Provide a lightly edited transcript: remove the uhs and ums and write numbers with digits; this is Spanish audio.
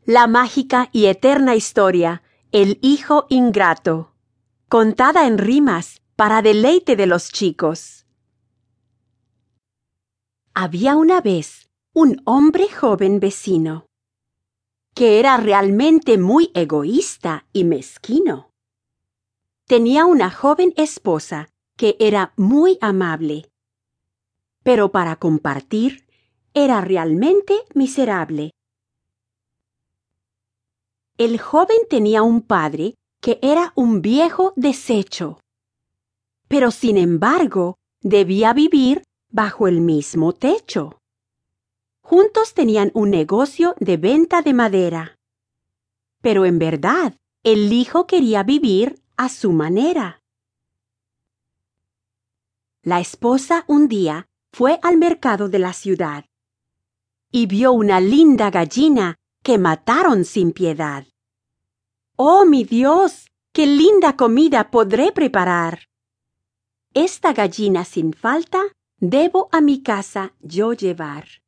La mágica y eterna historia El hijo ingrato, contada en rimas para deleite de los chicos. Había una vez un hombre joven vecino, que era realmente muy egoísta y mezquino. Tenía una joven esposa que era muy amable, pero para compartir era realmente miserable. El joven tenía un padre que era un viejo desecho, pero sin embargo debía vivir bajo el mismo techo. Juntos tenían un negocio de venta de madera, pero en verdad el hijo quería vivir a su manera. La esposa un día fue al mercado de la ciudad y vio una linda gallina que mataron sin piedad. ¡Oh, mi Dios! ¡Qué linda comida podré preparar! Esta gallina sin falta debo a mi casa yo llevar.